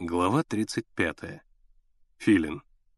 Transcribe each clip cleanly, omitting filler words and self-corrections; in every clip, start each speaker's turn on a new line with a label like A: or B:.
A: Глава 35. Филин.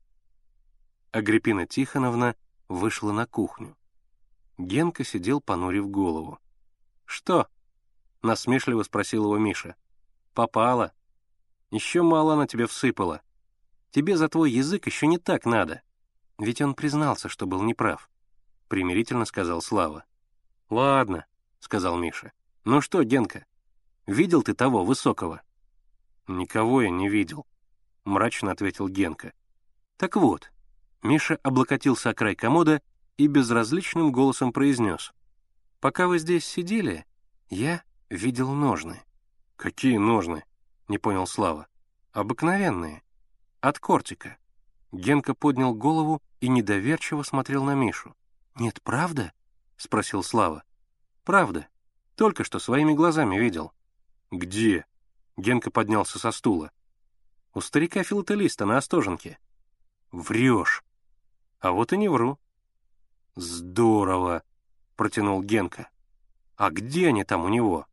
A: Агриппина Тихоновна вышла на кухню. Генка сидел, понурив голову. «Что?» — насмешливо спросил его Миша. «Попала. Еще мало она тебе всыпала. Тебе за твой язык еще не так надо. Ведь он признался, что был неправ», — примирительно сказал Слава. «Ладно», — сказал Миша. «Ну что, Генка, видел ты того высокого?» «Никого я не видел», — мрачно ответил Генка. «Так вот», — Миша облокотился о край комода и безразличным голосом произнес. «Пока вы здесь сидели, я видел ножны». «Какие ножны?» — не понял Слава. «Обыкновенные. От кортика». Генка поднял голову и недоверчиво смотрел на Мишу. «Нет, правда?» — спросил Слава. «Правда. Только что своими глазами видел». «Где?» Генка поднялся со стула. «У старика-филателиста на Остоженке». «Врешь!» «А вот и не вру». «Здорово!» — протянул Генка. «А где они там у него?»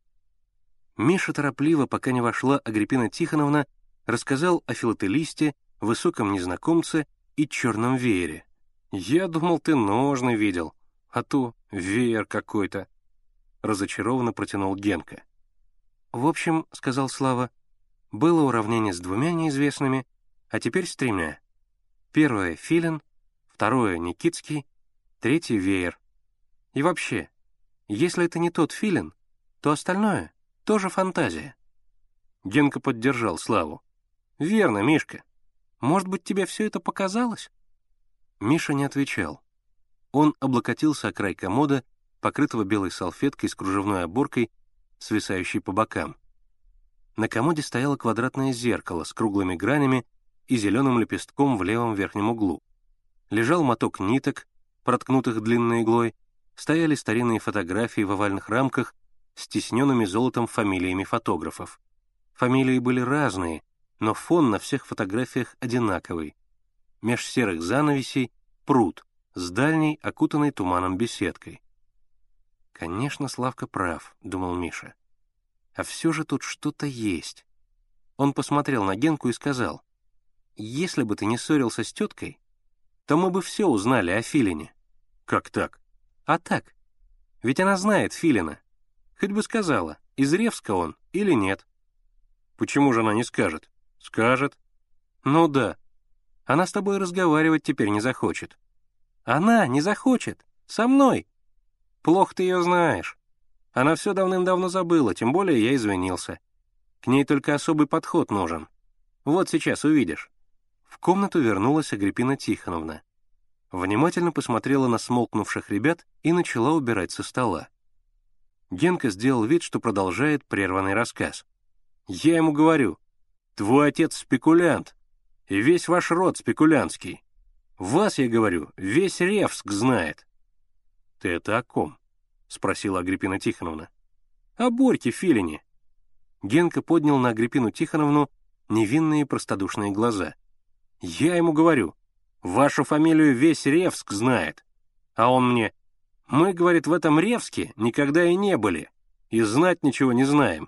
A: Миша торопливо, пока не вошла Агриппина Тихоновна, рассказал о филателисте, высоком незнакомце и черном веере. «Я думал, ты ножны видел, а то веер какой-то», — разочарованно протянул Генка. «В общем, — сказал Слава, — было уравнение с двумя неизвестными, а теперь с тремя. Первое — Филин, второе — Никитский, третий — Веер. И вообще, если это не тот Филин, то остальное — тоже фантазия». Генка поддержал Славу. «Верно, Мишка. Может быть, тебе все это показалось?» Миша не отвечал. Он облокотился о край комода, покрытого белой салфеткой с кружевной оборкой, свисающей по бокам. На комоде стояло квадратное зеркало с круглыми гранями и зеленым лепестком в левом верхнем углу. Лежал моток ниток, проткнутых длинной иглой, стояли старинные фотографии в овальных рамках с тисненными золотом фамилиями фотографов. Фамилии были разные, но фон на всех фотографиях одинаковый. Меж серых занавесей — пруд с дальней, окутанной туманом беседкой. «Конечно, Славка прав», — думал Миша. «А все же тут что-то есть». Он посмотрел на Генку и сказал: «Если бы ты не ссорился с теткой, то мы бы все узнали о Филине». «Как так?» «А так. Ведь она знает Филина. Хоть бы сказала, из Ревска он или нет». «Почему же она не скажет?» «Скажет». «Ну да. Она с тобой разговаривать теперь не захочет». «Она не захочет. Со мной». «Плохо ты ее знаешь. Она все давным-давно забыла, тем более я извинился. К ней только особый подход нужен. Вот сейчас увидишь». В комнату вернулась Агриппина Тихоновна. Внимательно посмотрела на смолкнувших ребят и начала убирать со стола. Генка сделал вид, что продолжает прерванный рассказ. «Я ему говорю, твой отец спекулянт, и весь ваш род спекулянтский. Вас, я говорю, весь Ревск знает». «Ты это о ком?» — спросила Агриппина Тихоновна. «О Борьке Филине». Генка поднял на Агриппину Тихоновну невинные простодушные глаза. «Я ему говорю, вашу фамилию весь Ревск знает. А он мне: мы, говорит, в этом Ревске никогда и не были, и знать ничего не знаем».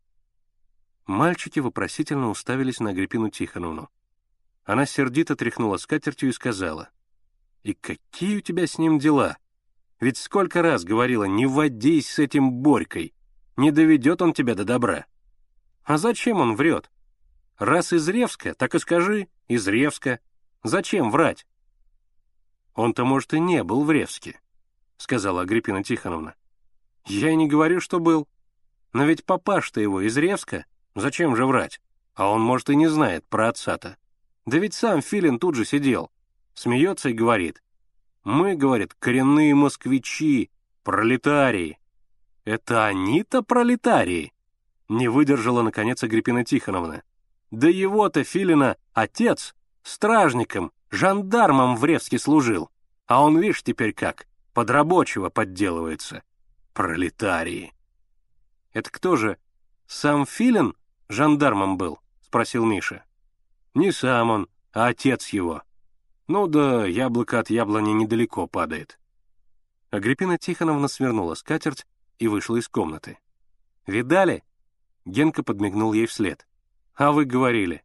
A: Мальчики вопросительно уставились на Агриппину Тихоновну. Она сердито тряхнула скатертью и сказала: «И какие у тебя с ним дела? Ведь сколько раз говорила, не водись с этим Борькой, не доведет он тебя до добра. А зачем он врет? Раз из Ревска, так и скажи, из Ревска. Зачем врать?» «Он-то, может, и не был в Ревске», — сказала Агриппина Тихоновна. «Я и не говорю, что был. Но ведь папаш-то его из Ревска, зачем же врать? А он, может, и не знает про отца-то. Да ведь сам Филин тут же сидел, смеется и говорит: мы, говорит, коренные москвичи, пролетарии». «Это они-то пролетарии?» — не выдержала, наконец, Агриппина Тихоновна. «Да его-то, Филина, отец стражником, жандармом в Ревске служил, а он, видишь, теперь как, под рабочего подделывается. Пролетарии». «Это кто же, сам Филин жандармом был?» — спросил Миша. «Не сам он, а отец его. Ну да, яблоко от яблони недалеко падает». Агриппина Тихоновна свернула скатерть и вышла из комнаты. «Видали?» — Генка подмигнул ей вслед. «А вы говорили.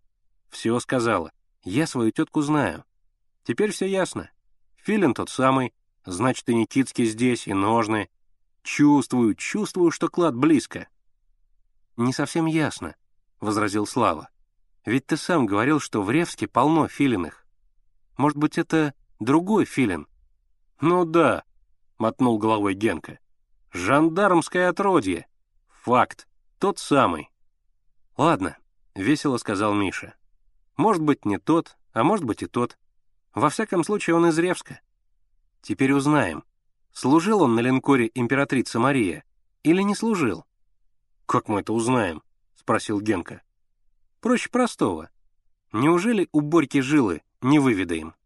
A: Все сказала. Я свою тетку знаю. Теперь все ясно. Филин тот самый, значит, и Никитский здесь, и ножны. Чувствую, что клад близко. Не совсем ясно, — возразил Слава. Ведь ты сам говорил, что в Ревске полно Филиных. Может быть, это другой Филин? Ну да, — мотнул головой Генка. Жандармское отродье. Факт. Тот самый. Ладно, — весело сказал Миша. Может быть, не тот, а может быть и тот. Во всяком случае, он из Ревска. Теперь узнаем, служил он на линкоре «Императрица Мария» или не служил? «Как мы это узнаем?» — спросил Генка. «Проще простого. Неужели у Борьки жилы не выведаем?»